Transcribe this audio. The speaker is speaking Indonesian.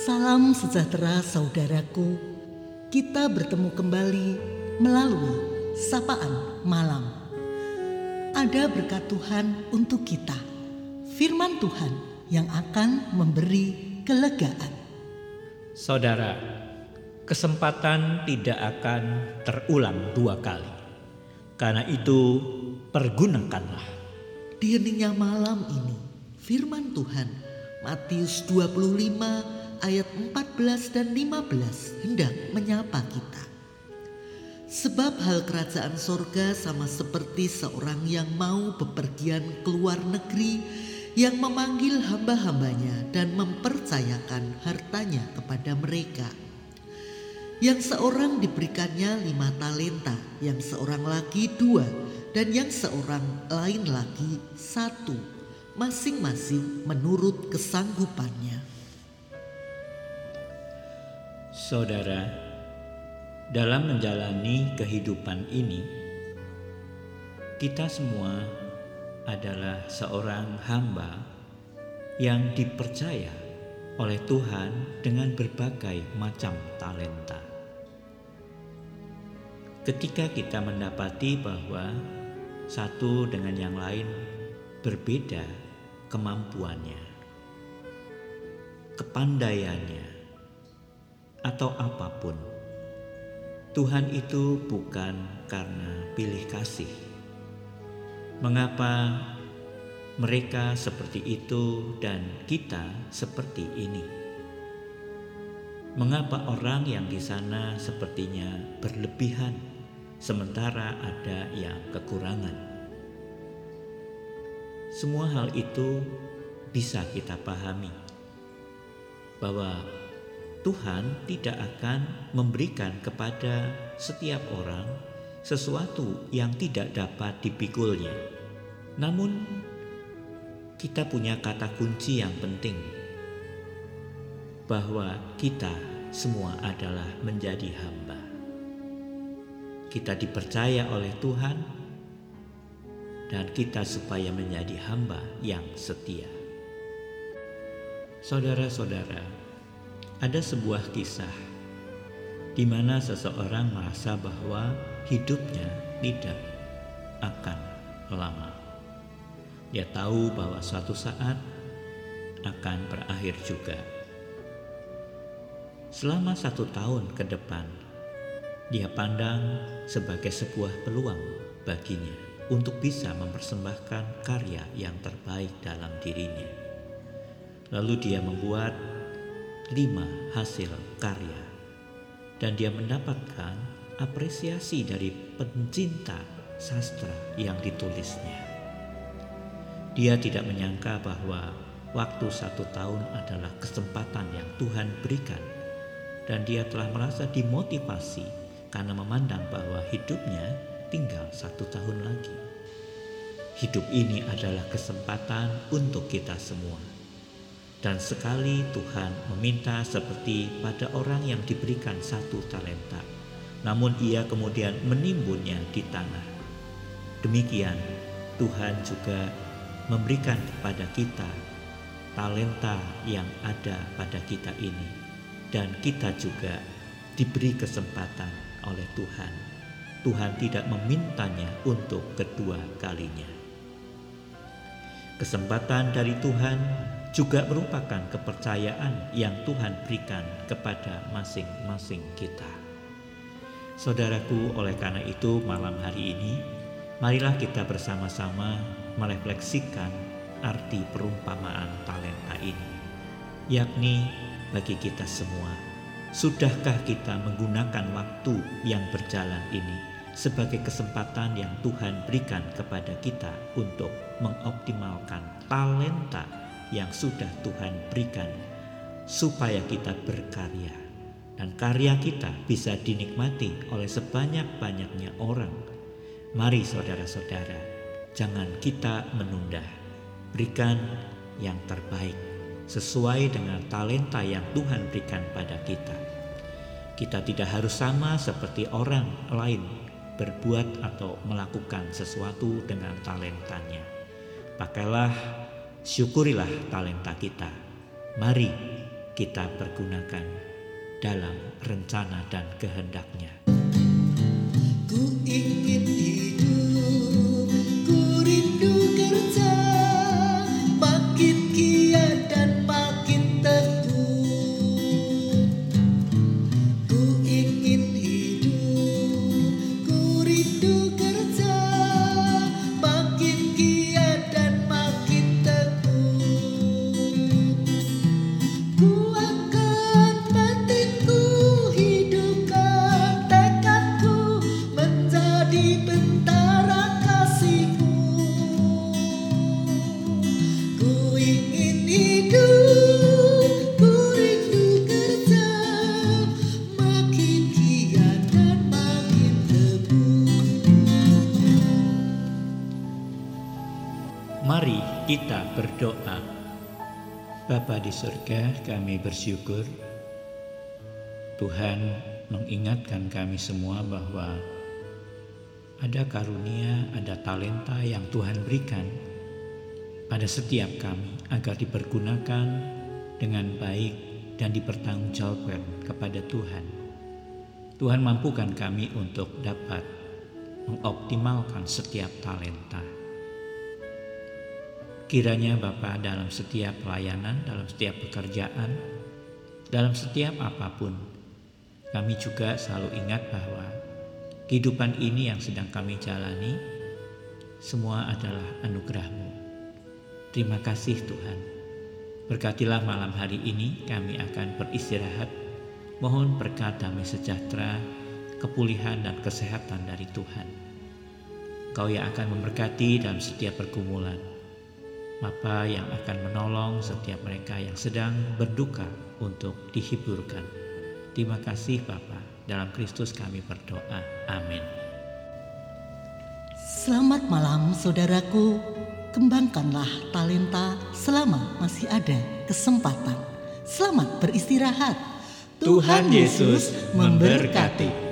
Salam sejahtera saudaraku, kita bertemu kembali melalui sapaan malam. Ada berkat Tuhan untuk kita, firman Tuhan yang akan memberi kelegaan. Saudara, kesempatan tidak akan terulang dua kali. Karena itu, pergunakanlah. Di heningnya malam ini, firman Tuhan Matius 25 ayat 14 dan 15 hendak menyapa kita. Sebab hal kerajaan sorga sama seperti seorang yang mau bepergian ke luar negeri, yang memanggil hamba-hambanya dan mempercayakan hartanya kepada mereka. Yang seorang diberikannya 5 talenta, yang seorang lagi 2, dan yang seorang lain lagi 1, masing-masing menurut kesanggupannya. Saudara, dalam menjalani kehidupan ini, kita semua adalah seorang hamba yang dipercaya oleh Tuhan dengan berbagai macam talenta. Ketika kita mendapati bahwa satu dengan yang lain berbeda kemampuannya, kepandaiannya, atau apapun, Tuhan itu bukan karena pilih kasih. Mengapa mereka seperti itu dan kita seperti ini? Mengapa orang yang di sana sepertinya berlebihan, sementara ada yang kekurangan? Semua hal itu bisa kita pahami, bahwa Tuhan tidak akan memberikan kepada setiap orang sesuatu yang tidak dapat dipikulnya. Namun, kita punya kata kunci yang penting, bahwa kita semua adalah menjadi hamba. Kita dipercaya oleh Tuhan, dan kita supaya menjadi hamba yang setia. Saudara-saudara, ada sebuah kisah di mana seseorang merasa bahwa hidupnya tidak akan lama. Dia tahu bahwa suatu saat akan berakhir juga. Selama 1 tahun ke depan, dia pandang sebagai sebuah peluang baginya untuk bisa mempersembahkan karya yang terbaik dalam dirinya. Lalu dia membuat 5 hasil karya, dan dia mendapatkan apresiasi dari pencinta sastra yang ditulisnya. Dia tidak menyangka bahwa waktu 1 tahun adalah kesempatan yang Tuhan berikan, dan dia telah merasa dimotivasi karena memandang bahwa hidupnya tinggal 1 tahun lagi. Hidup ini adalah kesempatan untuk kita semua. Dan sekali Tuhan meminta seperti pada orang yang diberikan 1 talenta, namun ia kemudian menimbunnya di tanah. Demikian Tuhan juga memberikan kepada kita talenta yang ada pada kita ini, dan kita juga diberi kesempatan oleh Tuhan. Tuhan tidak memintanya untuk kedua kalinya. Kesempatan dari Tuhan juga merupakan kepercayaan yang Tuhan berikan kepada masing-masing kita. Saudaraku, oleh karena itu malam hari ini, marilah kita bersama-sama merefleksikan arti perumpamaan talenta ini, yakni bagi kita semua, sudahkah kita menggunakan waktu yang berjalan ini sebagai kesempatan yang Tuhan berikan kepada kita untuk mengoptimalkan talenta yang sudah Tuhan berikan, supaya kita berkarya dan karya kita bisa dinikmati oleh sebanyak-banyaknya orang. Mari saudara-saudara, jangan kita menunda. Berikan yang terbaik sesuai dengan talenta yang Tuhan berikan pada kita. Kita tidak harus sama seperti orang lain berbuat atau melakukan sesuatu dengan talentanya. Pakailah, syukurilah talenta kita. Mari kita pergunakan dalam rencana dan kehendak-Nya. Ku ingin hidup, ku rindu kerja, makin giat dan makin teguh. Ku ingin hidup, ku rindu kerja, makin giat dan makin teguh. Kuatkan batinku, hidupkan tekadku, menjadi bentara kasih-Mu. Ku ingin hidup, ku rindu kerja, makin giat dan makin teguh. Mari kita berdoa. Bapa di surga, kami bersyukur Tuhan mengingatkan kami semua bahwa ada karunia, ada talenta yang Tuhan berikan pada setiap kami agar dipergunakan dengan baik dan dipertanggungjawabkan kepada Tuhan. Tuhan mampukan kami untuk dapat mengoptimalkan setiap talenta. Kiranya Bapa, dalam setiap pelayanan, dalam setiap pekerjaan, dalam setiap apapun, kami juga selalu ingat bahwa kehidupan ini yang sedang kami jalani semua adalah anugerah-Mu. Terima kasih Tuhan. Berkatilah malam hari ini kami akan beristirahat. Mohon berkat damai sejahtera, kepulihan dan kesehatan dari Tuhan. Kau yang akan memberkati dalam setiap pergumulan. Bapa yang akan menolong setiap mereka yang sedang berduka untuk dihiburkan. Terima kasih Bapa. Dalam Kristus kami berdoa. Amin. Selamat malam saudaraku. Kembangkanlah talenta selama masih ada kesempatan. Selamat beristirahat. Tuhan Yesus memberkati.